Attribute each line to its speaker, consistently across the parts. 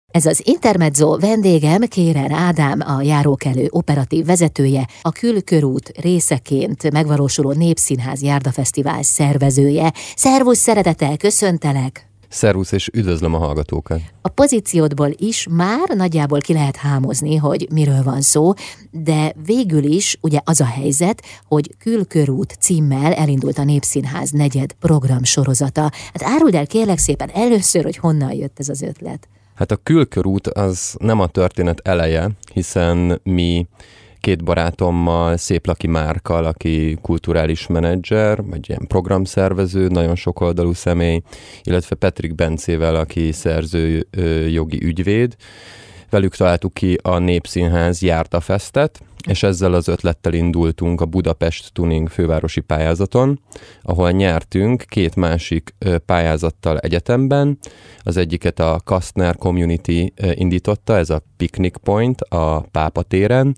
Speaker 1: Ez az Intermezzo, vendégem Kérer Ádám, a Járókelő operatív vezetője, a Külkörút részeként megvalósuló Népszínház Járdafesztivál szervezője. Szervusz, szeretettel köszöntelek!
Speaker 2: Szervusz, és üdvözlöm a hallgatókat!
Speaker 1: A pozíciódból is már nagyjából ki lehet hámozni, hogy miről van szó, de végül is ugye az a helyzet, hogy Külkörút címmel elindult a Népszínház negyed programsorozata. Hát áruld el kérlek szépen először, hogy honnan jött ez az ötlet.
Speaker 2: Hát a Külkörút az nem a történet eleje, hiszen mi két barátommal, Széplaki Márkkal, aki kulturális menedzser, vagy ilyen programszervező, nagyon sokoldalú személy, illetve Petrik Bencével, aki szerző jogi ügyvéd. Velük találtuk ki a Népszínház Járdafesztet, és ezzel az ötlettel indultunk a Budapest Tuning fővárosi pályázaton, ahol nyertünk két másik pályázattal egyetemben. Az egyiket a Kastner Community indította, ez a Picnic Point a Pápa téren,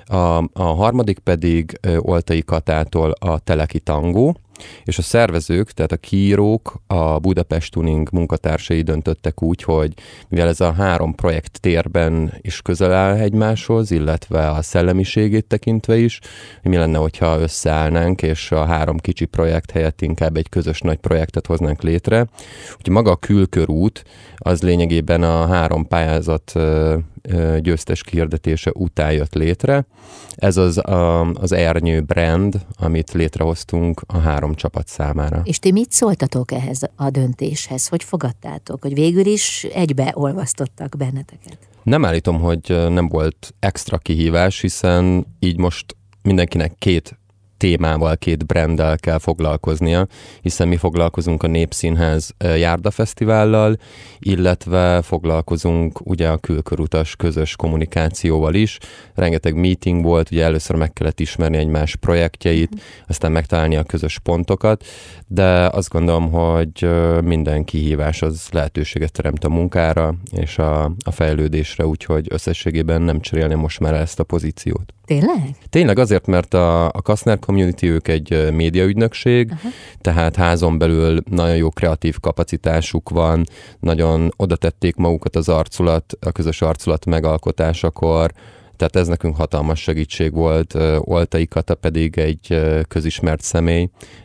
Speaker 2: a harmadik pedig Oltai Katától a Teleki Tangó, és a szervezők, tehát a kiírók, a Budapest Tuning munkatársai döntöttek úgy, hogy mivel ez a három projekt térben is közel áll egymáshoz, illetve a szellemiségét tekintve is, mi lenne, hogyha összeállnánk, és a három kicsi projekt helyett inkább egy közös nagy projektet hoznánk létre. Úgyhogy maga a Külkörút az lényegében a három győztes kihirdetése után jött létre. Ez az Ernyő brand, amit létrehoztunk a három csapat számára.
Speaker 1: És ti mit szóltatok ehhez a döntéshez? Hogy fogadtátok, hogy végül is egybeolvasztottak benneteket?
Speaker 2: Nem állítom, hogy nem volt extra kihívás, hiszen így most mindenkinek két témával, két branddel kell foglalkoznia, hiszen mi foglalkozunk a Népszínház Járdafesztivállal, illetve foglalkozunk ugye a külkörutas közös kommunikációval is. Rengeteg meeting volt, ugye először meg kellett ismerni egymás projektjeit, aztán megtalálni a közös pontokat, de azt gondolom, hogy minden kihívás az lehetőséget teremt a munkára és a fejlődésre, úgyhogy összességében nem cserélném most már ezt a pozíciót.
Speaker 1: Tényleg?
Speaker 2: Tényleg azért, mert a Kastner Community, ők egy médiaügynökség, tehát házon belül nagyon jó kreatív kapacitásuk van, nagyon oda tették magukat a közös arculat megalkotásakor, tehát ez nekünk hatalmas segítség volt. Oltai Kata pedig egy közismert személy,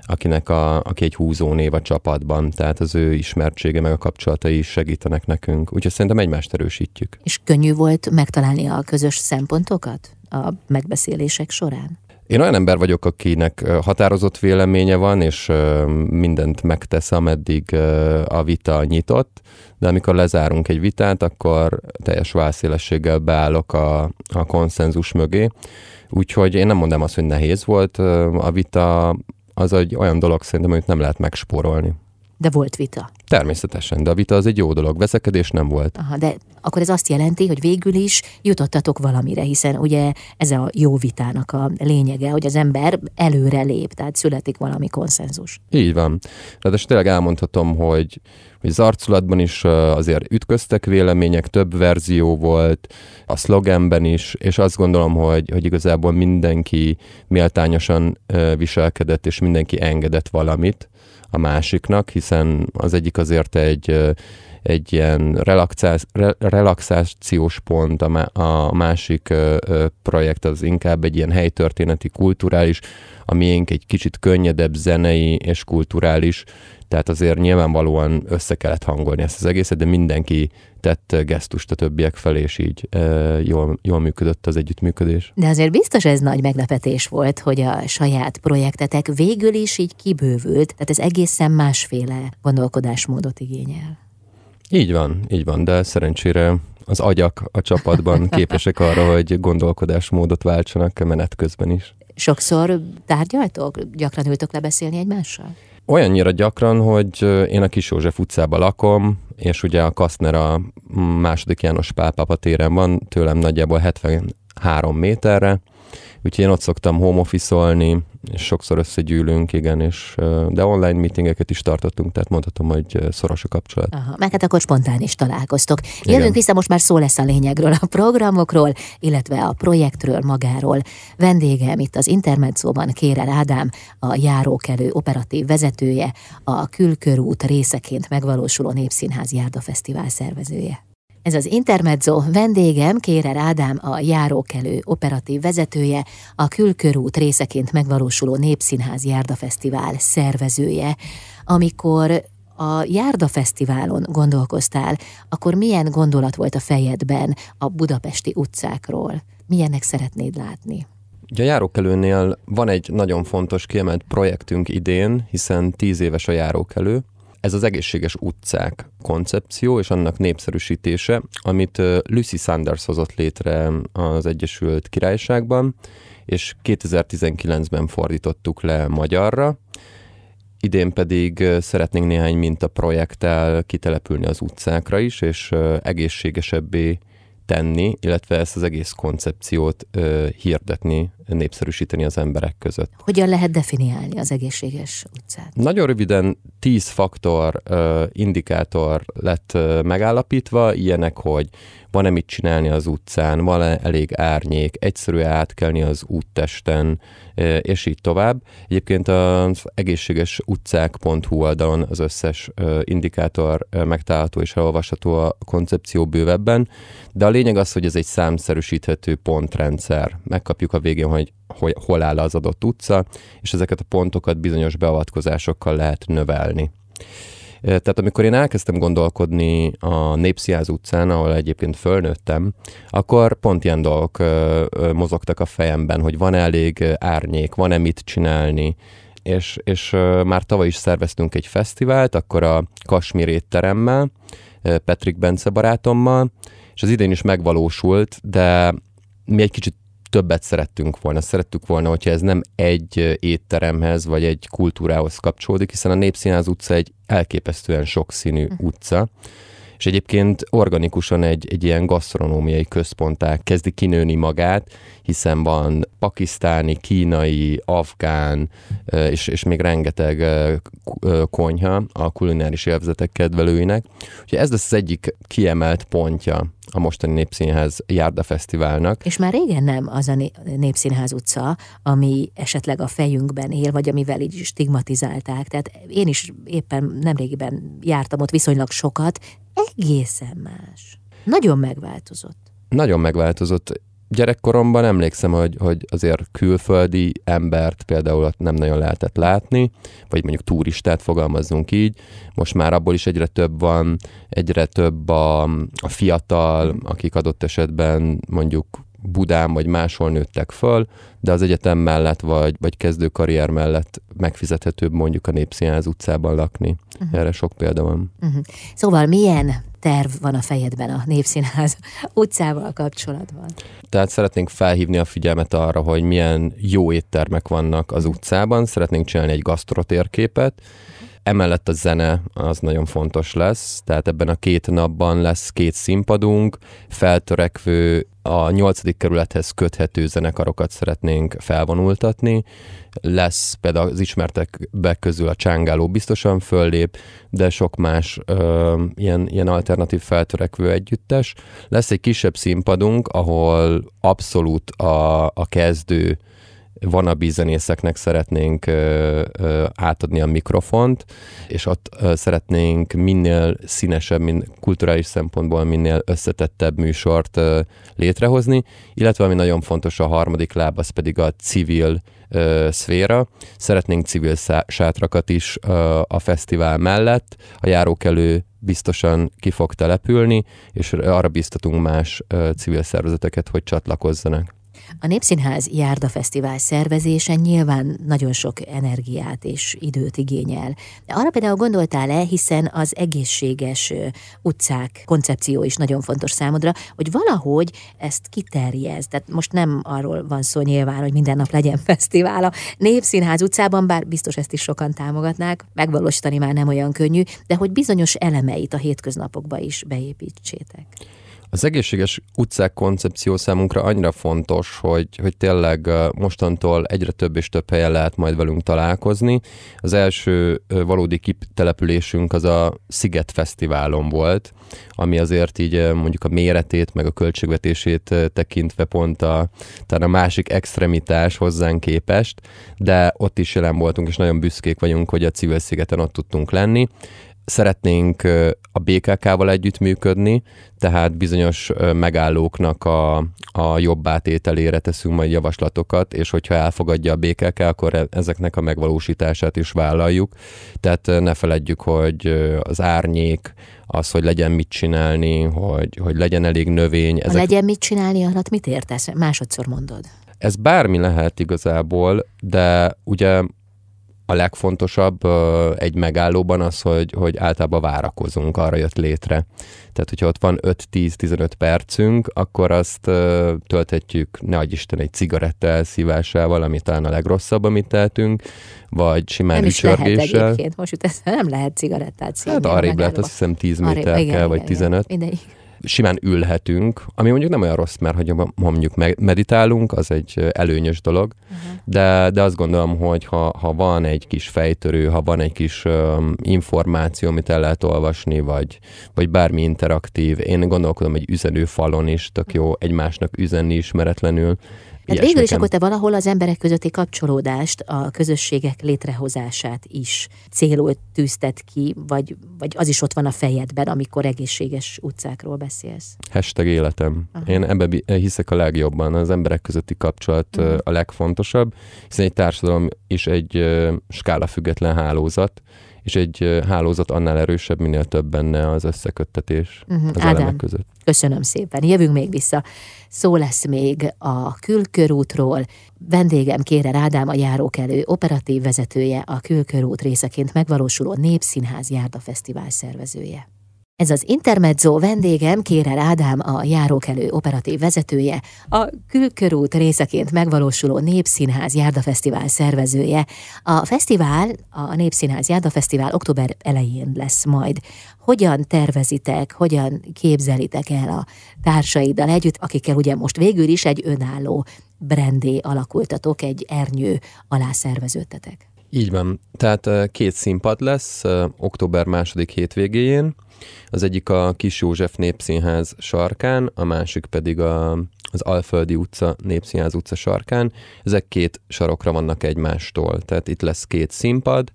Speaker 2: aki egy húzónév a csapatban, tehát az ő ismertsége meg a kapcsolatai is segítenek nekünk. Úgyhogy szerintem egymást erősítjük.
Speaker 1: És könnyű volt megtalálni a közös szempontokat a megbeszélések során?
Speaker 2: Én olyan ember vagyok, akinek határozott véleménye van, és mindent megtesz, ameddig a vita nyitott, de amikor lezárunk egy vitát, akkor teljes válszélességgel beállok a konszenzus mögé. Úgyhogy én nem mondom azt, hogy nehéz volt. A vita az egy olyan dolog szerintem, amit nem lehet megspórolni.
Speaker 1: De volt vita?
Speaker 2: Természetesen, de a vita az egy jó dolog, veszekedés nem volt.
Speaker 1: Aha, de akkor ez azt jelenti, hogy végül is jutottatok valamire, hiszen ugye ez a jó vitának a lényege, hogy az ember előre lép, tehát születik valami konszenzus.
Speaker 2: Így van. Ráadásul tényleg elmondhatom, hogy az arculatban is azért ütköztek vélemények, több verzió volt, a szlogenben is, és azt gondolom, hogy igazából mindenki méltányosan viselkedett, és mindenki engedett valamit a másiknak, hiszen az egyik azért egy ilyen relaxációs pont, a másik projekt az inkább egy ilyen helytörténeti, kulturális, a miénk egy kicsit könnyedebb, zenei és kulturális, tehát azért nyilvánvalóan össze kellett hangolni ezt az egészet, de mindenki tett gesztust a többiek felé, és így jól működött az együttműködés.
Speaker 1: De azért biztos ez nagy meglepetés volt, hogy a saját projektetek végül is így kibővült, tehát ez egészen másféle gondolkodásmódot igényel.
Speaker 2: Így van, de szerencsére az agyak a csapatban képesek arra, hogy gondolkodásmódot váltsanak menet közben is.
Speaker 1: Sokszor tárgyaltok? Gyakran ültök le beszélni egymással?
Speaker 2: Olyannyira gyakran, hogy én a Kis József utcában lakom, és ugye a Kastner a II. János Pál Pápa téren van, tőlem nagyjából 73 méterre, úgyhogy én ott szoktam home office-olni, és sokszor összegyűlünk, igen, de online meetingeket is tartottunk, tehát mondhatom, hogy szoros a kapcsolat.
Speaker 1: Aha, meg hát akkor spontán is találkoztok. Jövünk vissza, most már szó lesz a lényegről, a programokról, illetve a projektről magáról. Vendégem itt az Intermezzóban Kérer Ádám, a Járókelő operatív vezetője, a Külkörút részeként megvalósuló Népszínház Járdafesztivál szervezője. Ez az Intermezzo, vendégem Kérer Ádám, a Járókelő operatív vezetője, a Külkörút részeként megvalósuló Népszínház Járdafesztivál szervezője. Amikor a Járdafesztiválon gondolkoztál, akkor milyen gondolat volt a fejedben a budapesti utcákról? Milyennek szeretnéd látni?
Speaker 2: A Járókelőnél van egy nagyon fontos kiemelt projektünk idén, hiszen 10 éves a Járókelő. Ez az egészséges utcák koncepció és annak népszerűsítése, amit Lucy Sanders hozott létre az Egyesült Királyságban, és 2019-ben fordítottuk le magyarra. Idén pedig szeretnénk néhány mintaprojekttel kitelepülni az utcákra is, és egészségesebbé tenni, illetve ezt az egész koncepciót hirdetni, népszerűsíteni az emberek között.
Speaker 1: Hogyan lehet definiálni az egészséges utcát?
Speaker 2: Nagyon röviden 10 faktor, indikátor lett megállapítva, ilyenek, hogy van-e mit csinálni az utcán, van-e elég árnyék, egyszerű átkelni az úttesten, és így tovább. Egyébként az egészséges utcák.hu oldalon az összes indikátor megtalálható és elolvasható a koncepció bővebben, de a lényeg az, hogy ez egy számszerűsíthető pontrendszer. Megkapjuk a végén, hogy hol áll az adott utca, és ezeket a pontokat bizonyos beavatkozásokkal lehet növelni. Tehát amikor én elkezdtem gondolkodni a Népszínház utcán, ahol egyébként fölnőttem, akkor pont ilyen dolgok mozogtak a fejemben, hogy van elég árnyék, van-e mit csinálni, és már tavaly is szerveztünk egy fesztivált, akkor a Kasmír étteremmel, Petrik Bence barátommal, és az idén is megvalósult, de mi egy kicsit többet szerettünk volna. Szerettük volna, hogyha ez nem egy étteremhez, vagy egy kultúrához kapcsolódik, hiszen a Népszínház utca egy elképesztően sokszínű utca, és egyébként organikusan egy ilyen gasztronómiai központtá kezdi kinőni magát, hiszen van pakisztáni, kínai, afgán, és még rengeteg konyha a kulináris élvezetek kedvelőinek. Úgyhogy ez lesz az egyik kiemelt pontja a mostani Népszínház Járdafesztiválnak.
Speaker 1: És már régen nem az a Népszínház utca, ami esetleg a fejünkben él, vagy amivel így stigmatizálták. Tehát én is éppen nemrégiben jártam ott viszonylag sokat, egészen más. Nagyon megváltozott.
Speaker 2: Nagyon megváltozott. Gyerekkoromban emlékszem, hogy azért külföldi embert például ott nem nagyon lehetett látni, vagy mondjuk turistát fogalmazzunk így. Most már abból is egyre több van, egyre több a fiatal, akik adott esetben mondjuk Budán vagy máshol nőttek föl, de az egyetem mellett vagy kezdőkarrier mellett megfizethetőbb mondjuk a Népszínház utcában lakni. Erre sok példa van.
Speaker 1: Szóval milyen terv van a fejedben a Népszínház utcával kapcsolatban?
Speaker 2: Tehát szeretnénk felhívni a figyelmet arra, hogy milyen jó éttermek vannak az utcában, szeretnénk csinálni egy gasztrotérképet, emellett a zene az nagyon fontos lesz, tehát ebben a 2 napban lesz 2 színpadunk, feltörekvő, a 8. kerülethez köthető zenekarokat szeretnénk felvonultatni. Lesz például az ismertekbek közül a Csángáló biztosan föllép, de sok más ilyen alternatív feltörekvő együttes. Lesz egy kisebb színpadunk, ahol abszolút a kezdő wannabe zenészeknek szeretnénk átadni a mikrofont, és ott szeretnénk minél színesebb, kulturális szempontból minél összetettebb műsort létrehozni, illetve ami nagyon fontos, a harmadik láb, az pedig a civil szféra. Szeretnénk civil sátrakat is a fesztivál mellett. A Járókelő biztosan ki fog települni, és arra biztatunk más civil szervezeteket, hogy csatlakozzanak.
Speaker 1: A Népszínház Járdafesztivál szervezése nyilván nagyon sok energiát és időt igényel. De arra például gondoltál-e, hiszen az egészséges utcák koncepció is nagyon fontos számodra, hogy valahogy ezt kiterjezd. Tehát most nem arról van szó nyilván, hogy minden nap legyen fesztivál a Népszínház utcában, bár biztos ezt is sokan támogatnák, megvalósítani már nem olyan könnyű, de hogy bizonyos elemeit a hétköznapokba is beépítsétek.
Speaker 2: Az egészséges utcák koncepció számunkra annyira fontos, hogy tényleg mostantól egyre több és több helyen lehet majd velünk találkozni. Az első valódi kitelepülésünk az a Sziget Fesztiválon volt, ami azért így mondjuk a méretét, meg a költségvetését tekintve pont talán a másik extremitás hozzánk képest, de ott is jelen voltunk, és nagyon büszkék vagyunk, hogy a Civil Szigeten ott tudtunk lenni. szeretnénk a BKK-val együttműködni, tehát bizonyos megállóknak a jobb átételére teszünk majd javaslatokat, és hogyha elfogadja a BKK, akkor ezeknek a megvalósítását is vállaljuk. Tehát ne feledjük, hogy az árnyék, az, hogy legyen mit csinálni, hogy legyen elég növény.
Speaker 1: A legyen mit csinálni alatt mit értesz? Másodszor mondod.
Speaker 2: Ez bármi lehet igazából, de ugye a legfontosabb egy megállóban az, hogy általában várakozunk, arra jött létre. Tehát, hogyha ott van 5-10-15 percünk, akkor azt tölthetjük, ne adj Isten, egy cigaretta elszívásával, ami talán a legrosszabb, amit tehetünk, vagy simán ücsörgéssel. Nem is lehet
Speaker 1: egyébként, most nem lehet cigarettát szívni.
Speaker 2: Hát arrébb lehet, azt hiszem 10 méter kell, vagy 15.
Speaker 1: Igen.
Speaker 2: Simán ülhetünk, ami mondjuk nem olyan rossz, mert ha mondjuk meditálunk, az egy előnyös dolog, de azt gondolom, hogy ha van egy kis fejtörő, ha van egy kis információ, amit el lehet olvasni, vagy bármi interaktív, én gondolkodom egy üzenőfalon is, tök jó egymásnak üzenni ismeretlenül.
Speaker 1: Hát végül is akkor te valahol az emberek közötti kapcsolódást, a közösségek létrehozását is célul tűzted ki, vagy az is ott van a fejedben, amikor egészséges utcákról beszélsz?
Speaker 2: #életem. Aha. Én ebben hiszek a legjobban. Az emberek közötti kapcsolat a legfontosabb, hiszen egy társadalom is egy skálafüggetlen hálózat, és egy hálózat annál erősebb, minél több benne az összeköttetés az elemek között.
Speaker 1: Köszönöm szépen. Jövünk még vissza. Szó lesz még a Külkörútról. Vendégem Kérer Ádám, a Járókelő operatív vezetője, a Külkörút részeként megvalósuló Népszínház Járdafesztivál szervezője. Ez az Intermezzo, vendégem Kérer Ádám, a Járókelő operatív vezetője, a Külkörút részeként megvalósuló Népszínház Járdafesztivál szervezője. A fesztivál, a Népszínház Járdafesztivál október elején lesz majd. Hogyan tervezitek, hogyan képzelitek el a társaiddal együtt, akikkel ugye most végül is egy önálló brandé alakultatok, egy ernyő alá szerveződtetek?
Speaker 2: Így van. Tehát 2 színpad lesz október 2. hétvégéjén. Az egyik a Kis József Népszínház sarkán, a másik pedig az Alföldi utca Népszínház utca sarkán. Ezek 2 sarokra vannak egymástól. Tehát itt lesz 2 színpad,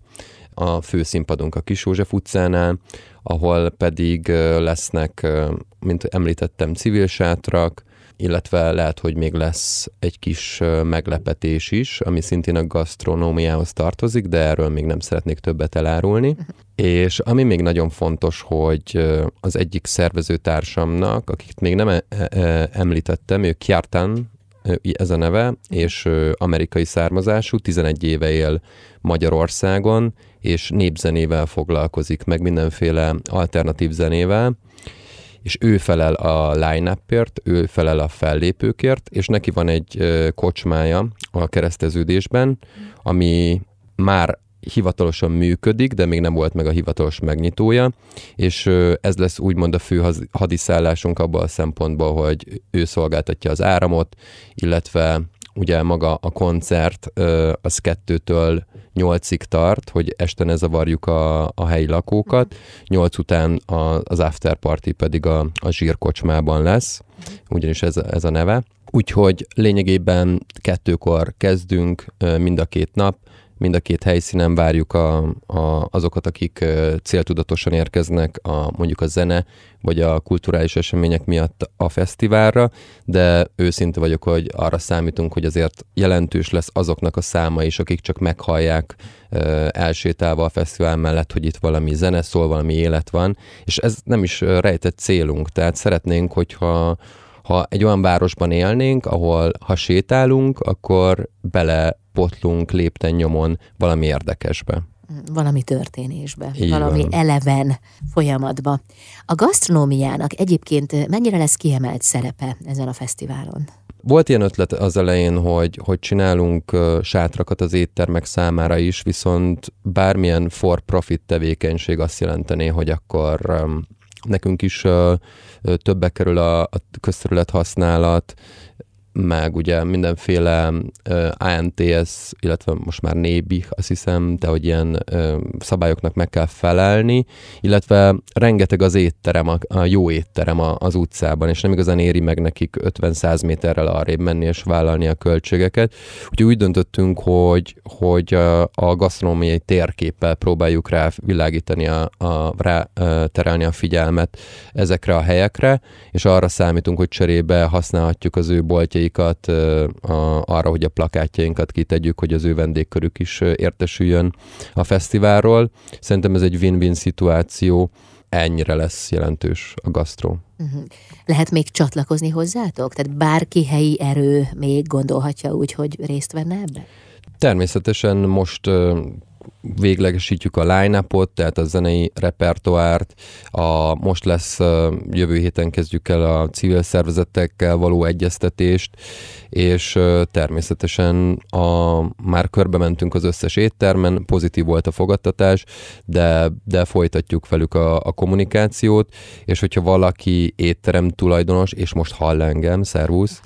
Speaker 2: a főszínpadunk a Kis József utcánál, ahol pedig lesznek, mint említettem, civil sátrak, illetve lehet, hogy még lesz egy kis meglepetés is, ami szintén a gasztronómiához tartozik, de erről még nem szeretnék többet elárulni. És ami még nagyon fontos, hogy az egyik szervezőtársamnak, akit még nem említettem, ő Kjartan, ez a neve, és amerikai származású, 11 éve él Magyarországon, és népzenével foglalkozik, meg mindenféle alternatív zenével, és ő felel a line-upért, ő felel a fellépőkért, és neki van egy kocsmája a Kereszteződésben, ami már hivatalosan működik, de még nem volt meg a hivatalos megnyitója, és ez lesz úgymond a fő hadiszállásunk abban a szempontból, hogy ő szolgáltatja az áramot, illetve ugye maga a koncert az 2-től 8-ig tart, hogy este ne zavarjuk a helyi lakókat. 8 után az after party pedig a zsírkocsmában lesz, ugyanis ez a neve. Úgyhogy lényegében 2-kor kezdünk mind a 2 nap, mind a 2 helyszínen várjuk azokat, akik céltudatosan érkeznek mondjuk a zene vagy a kulturális események miatt a fesztiválra, de őszinte vagyok, hogy arra számítunk, hogy azért jelentős lesz azoknak a száma is, akik csak meghallják elsétálva a fesztivál mellett, hogy itt valami zene szól, valami élet van, és ez nem is rejtett célunk, tehát szeretnénk, hogyha egy olyan városban élnénk, ahol ha sétálunk, akkor belepotlunk lépten nyomon valami érdekesbe.
Speaker 1: Valami történésbe,
Speaker 2: így
Speaker 1: valami
Speaker 2: van.
Speaker 1: eleven folyamatba. A gasztronómiának egyébként mennyire lesz kiemelt szerepe ezen a fesztiválon?
Speaker 2: Volt ilyen ötlet az elején, hogy csinálunk sátrakat az éttermek számára is, viszont bármilyen for-profit tevékenység azt jelentené, hogy akkor nekünk is többe kerül a közterület használat, meg ugye mindenféle ANTS, illetve most már NÉBI, azt hiszem, de hogy ilyen szabályoknak meg kell felelni, illetve rengeteg az étterem, a jó étterem az utcában, és nem igazán éri meg nekik 50-100 méterrel arrébb menni és vállalni a költségeket. Úgyhogy úgy döntöttünk, hogy a gasztronómiai térképpel próbáljuk rá világítani, rá terelni a figyelmet ezekre a helyekre, és arra számítunk, hogy cserébe használhatjuk az ő boltjaikat arra, hogy a plakátjainkat kitegyük, hogy az ő vendégkörük is értesüljön a fesztiválról. Szerintem ez egy win-win szituáció, ennyire lesz jelentős a gasztró.
Speaker 1: Lehet még csatlakozni hozzátok? Tehát bárki helyi erő még gondolhatja úgy, hogy részt venne ebben?
Speaker 2: Természetesen most véglegesítjük a line-upot, tehát a zenei repertoárt. Most lesz, jövő héten kezdjük el a civil szervezetekkel való egyeztetést, és természetesen már körbe mentünk az összes éttermen, pozitív volt a fogadtatás, de folytatjuk velük a kommunikációt, és hogyha valaki étterem tulajdonos, és most hall engem, szervusz,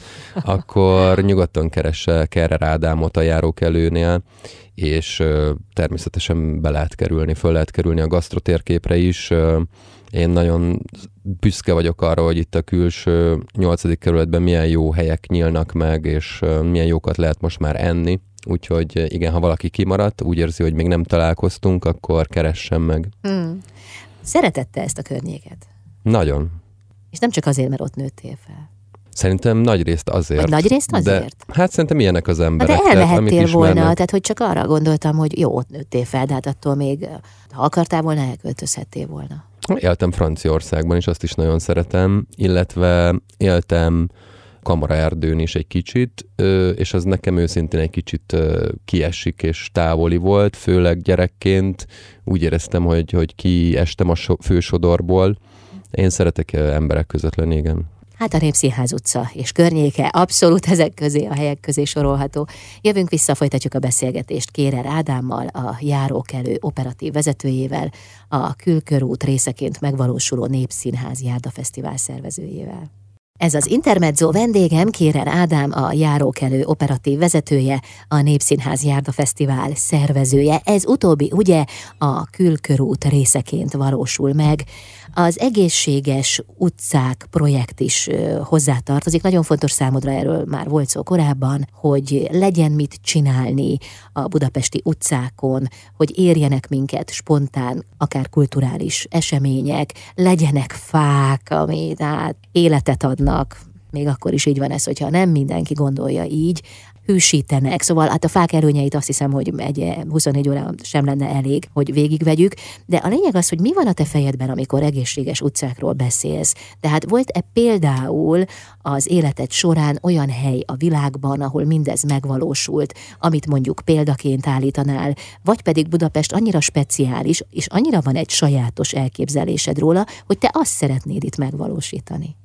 Speaker 2: akkor nyugodtan keresse Kerrer Ádámot a Járókelőnél, és természetesen be lehet kerülni, föl lehet kerülni a gasztrotérképre is. Én nagyon büszke vagyok arra, hogy itt a külső 8. kerületben milyen jó helyek nyílnak meg, és milyen jókat lehet most már enni. Úgyhogy igen, ha valaki kimaradt, úgy érzi, hogy még nem találkoztunk, akkor keressen meg.
Speaker 1: Szeretette ezt a környéket?
Speaker 2: Nagyon.
Speaker 1: És nem csak azért, mert ott nőttél fel.
Speaker 2: Szerintem nagyrészt azért.
Speaker 1: Vagy nagyrészt azért?
Speaker 2: De, hát szerintem ilyenek az emberek.
Speaker 1: De elmehettél volna, tehát hogy csak arra gondoltam, hogy jó, ott nőttél fel, de hát attól még, ha akartál volna, elköltözhettél volna.
Speaker 2: Éltem Franciaországban is, azt is nagyon szeretem, illetve éltem Kamaraerdőn is egy kicsit, és az nekem őszintén egy kicsit kiesik és távoli volt, főleg gyerekként. Úgy éreztem, hogy kiestem a fősodorból. Én szeretek emberek között lenni, igen.
Speaker 1: Hát a Népszínház utca és környéke abszolút ezek közé, a helyek közé sorolható. Jövünk vissza, folytatjuk a beszélgetést Kérer Ádámmal, a Járókelő operatív vezetőjével, a Külkörút részeként megvalósuló Népszínház Járdafesztivál szervezőjével. Ez az Intermezzo, vendégem Kérer Ádám, a Járókelő operatív vezetője, a Népszínház Járdafesztivál szervezője. Ez utóbbi ugye a Külkörút részeként valósul meg. Az egészséges utcák projekt is hozzátartozik. Nagyon fontos számodra, erről már volt szó korábban, hogy legyen mit csinálni a budapesti utcákon, hogy érjenek minket spontán, akár kulturális események, legyenek fák, ami életet adnak. Még akkor is így van ez, hogyha nem mindenki gondolja így, hűsítenek. Szóval hát a fák előnyeit azt hiszem, hogy 24 órában sem lenne elég, hogy végigvegyük, de a lényeg az, hogy mi van a te fejedben, amikor egészséges utcákról beszélsz. Tehát volt-e például az életed során olyan hely a világban, ahol mindez megvalósult, amit mondjuk példaként állítanál, vagy pedig Budapest annyira speciális, és annyira van egy sajátos elképzelésed róla, hogy te azt szeretnéd itt megvalósítani?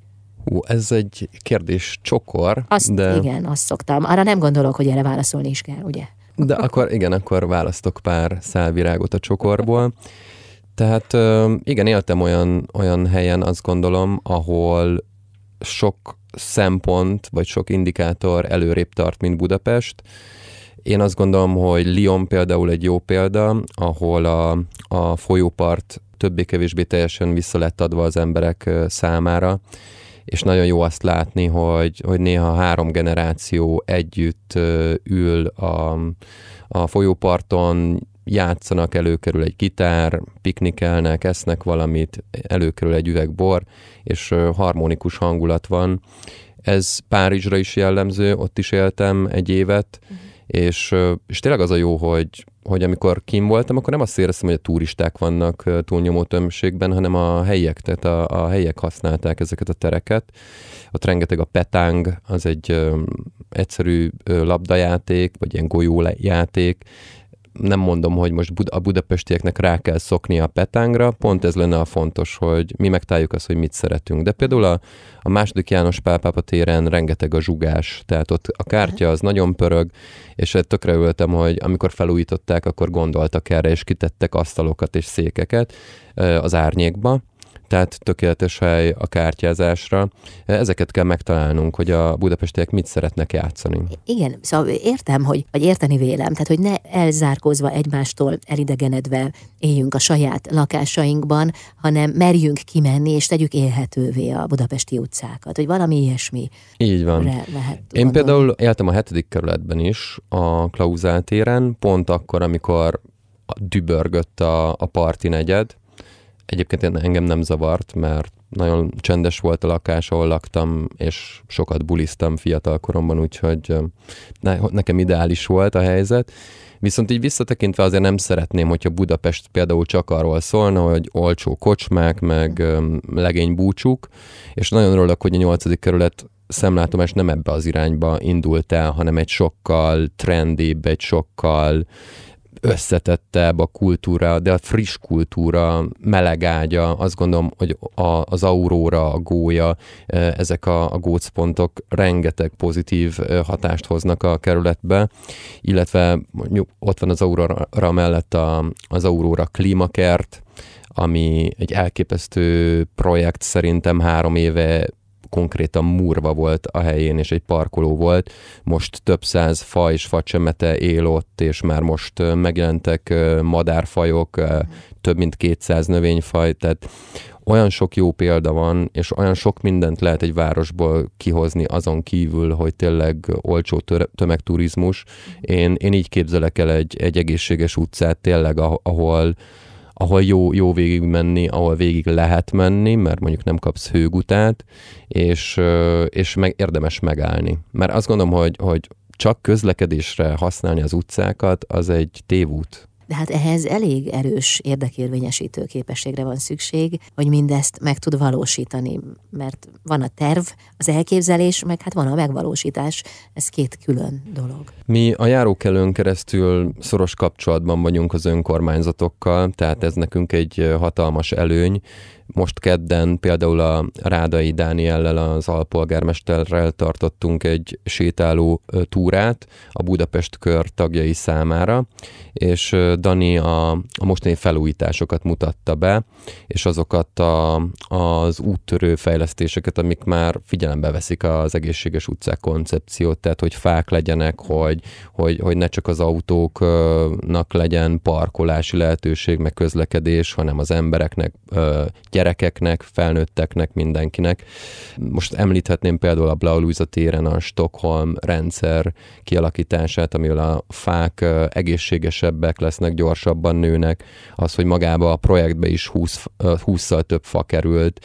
Speaker 2: Ez egy kérdés csokor.
Speaker 1: Igen, azt szoktam. Arra nem gondolok, hogy erre válaszolni is kell, ugye?
Speaker 2: De akkor választok pár szálvirágot a csokorból. Tehát igen, éltem olyan helyen, azt gondolom, ahol sok szempont, vagy sok indikátor előrébb tart, mint Budapest. Én azt gondolom, hogy Lyon például egy jó példa, ahol a folyópart többé-kevésbé teljesen vissza lett adva az emberek számára, és nagyon jó azt látni, hogy néha 3 generáció együtt ül a folyóparton, játszanak, előkerül egy gitár, piknikelnek, esznek valamit, előkerül egy üveg bor, és harmonikus hangulat van. Ez Párizsra is jellemző, ott is éltem egy évet, és tényleg az a jó, hogy amikor kim voltam, akkor nem azt éreztem, hogy a turisták vannak túlnyomó többségben, hanem a helyiek, tehát a helyiek használták ezeket a tereket. Ott rengeteg a petang, az egy egyszerű labdajáték, vagy ilyen golyójáték. Nem mondom, hogy most a budapestieknek rá kell szokni a petángra, pont ez lenne a fontos, hogy mi megtaláljuk azt, hogy mit szeretünk. De például a II. János Pál pápa téren rengeteg a zsugás, tehát ott a kártya az nagyon pörög, és tökre ültem, hogy amikor felújították, akkor gondoltak erre, és kitettek asztalokat és székeket az árnyékba. tehát tökéletes hely a kártyázásra. Ezeket kell megtalálnunk, hogy a budapestiek mit szeretnek játszani.
Speaker 1: Igen, szóval értem, vagy érteni vélem, tehát hogy ne elzárkózva egymástól, elidegenedve éljünk a saját lakásainkban, hanem merjünk kimenni, és tegyük élhetővé a budapesti utcákat, hogy valami ilyesmi.
Speaker 2: Így van.
Speaker 1: Lehet
Speaker 2: Én például éltem a 7. kerületben is, a Klauzál téren, pont akkor, amikor dübörgött a parti negyed. Egyébként engem nem zavart, mert nagyon csendes volt a lakás, ahol laktam, és sokat buliztam fiatal koromban, úgyhogy nekem ideális volt a helyzet. Viszont így visszatekintve azért nem szeretném, hogyha Budapest például csak arról szólna, hogy olcsó kocsmák, meg legény búcsúk, és nagyon örülök, hogy a 8. kerület szemlátomás nem ebbe az irányba indult el, hanem egy sokkal trendibb, egy sokkal összetettebb a kultúra, de a friss kultúra, meleg ágya, azt gondolom, hogy az Aurora, a Gólya, ezek a gócpontok rengeteg pozitív hatást hoznak a kerületbe, illetve ott van az Aurora mellett az Aurora klímakert, ami egy elképesztő projekt, szerintem 3 éve konkrétan murva volt a helyén, és egy parkoló volt. Most több 100 fa és facsemete él ott, és már most megjelentek madárfajok, több mint 200 növényfaj, tehát olyan sok jó példa van, és olyan sok mindent lehet egy városból kihozni azon kívül, hogy tényleg olcsó tömegturizmus. Én így képzelek el egy egészséges utcát tényleg, ahol jó végig menni, ahol végig lehet menni, mert mondjuk nem kapsz hőgutát, és érdemes megállni. Mert azt gondolom, hogy csak közlekedésre használni az utcákat, az egy tévút.
Speaker 1: De hát ehhez elég erős érdekérvényesítő képességre van szükség, hogy mindezt meg tud valósítani, mert van a terv, az elképzelés, meg hát van a megvalósítás, ez 2 külön dolog.
Speaker 2: Mi a járókelőn keresztül szoros kapcsolatban vagyunk az önkormányzatokkal, tehát ez nekünk egy hatalmas előny. Most kedden például a Rádai Dániellel, az alpolgármesterrel tartottunk egy sétáló túrát a Budapest kör tagjai számára, és Dani a mostani felújításokat mutatta be, és azokat az úttörő fejlesztéseket, amik már figyelembe veszik az egészséges utcák koncepciót, tehát hogy fák legyenek, hogy ne csak az autóknak legyen parkolási lehetőség, meg közlekedés, hanem az embereknek, gyerekeknek, felnőtteknek, mindenkinek. Most említhetném például a Blau Luisa téren a Stockholm rendszer kialakítását, amivel a fák egészségesebbek lesznek, gyorsabban nőnek. Az, hogy magába a projektbe is 20-szal több fa került,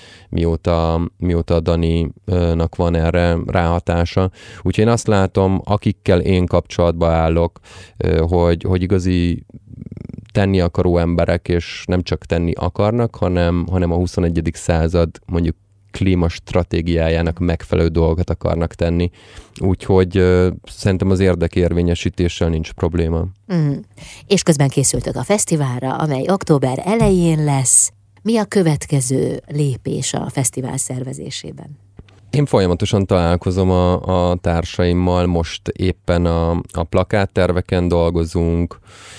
Speaker 2: mióta Daninak van erre ráhatása. Úgyhogy én azt látom, akikkel én kapcsolatba állok, hogy igazi tenni akaró emberek, és nem csak tenni akarnak, hanem a 21. század mondjuk klímastratégiájának megfelelő dolgokat akarnak tenni. Úgyhogy szerintem az érdekérvényesítéssel nincs probléma.
Speaker 1: És közben készültök a fesztiválra, amely október elején lesz. Mi a következő lépés a fesztivál szervezésében?
Speaker 2: Én folyamatosan találkozom a társaimmal, most éppen a plakátterveken dolgozunk,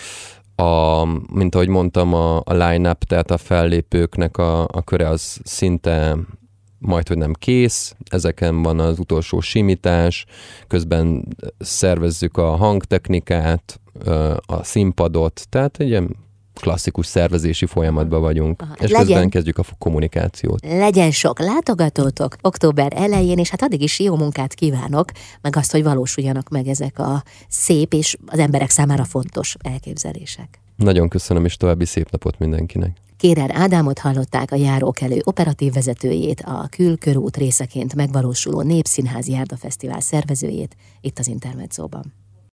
Speaker 2: mint ahogy mondtam, a line-up, tehát a fellépőknek a köre az szinte majdhogy nem kész, ezeken van az utolsó simítás, közben szervezzük a hangtechnikát, a színpadot, tehát egy ilyen klasszikus szervezési folyamatban vagyunk, és közben kezdjük a kommunikációt. Legyen
Speaker 1: sok látogatótok október elején, és hát addig is jó munkát kívánok, meg azt, hogy valósuljanak meg ezek a szép és az emberek számára fontos elképzelések.
Speaker 2: Nagyon köszönöm, és további szép napot mindenkinek.
Speaker 1: Kérer Ádámot hallották, a Járókelő operatív vezetőjét, a Külkörút részeként megvalósuló Népszínház Járdafesztivál szervezőjét itt az Intermedzóban.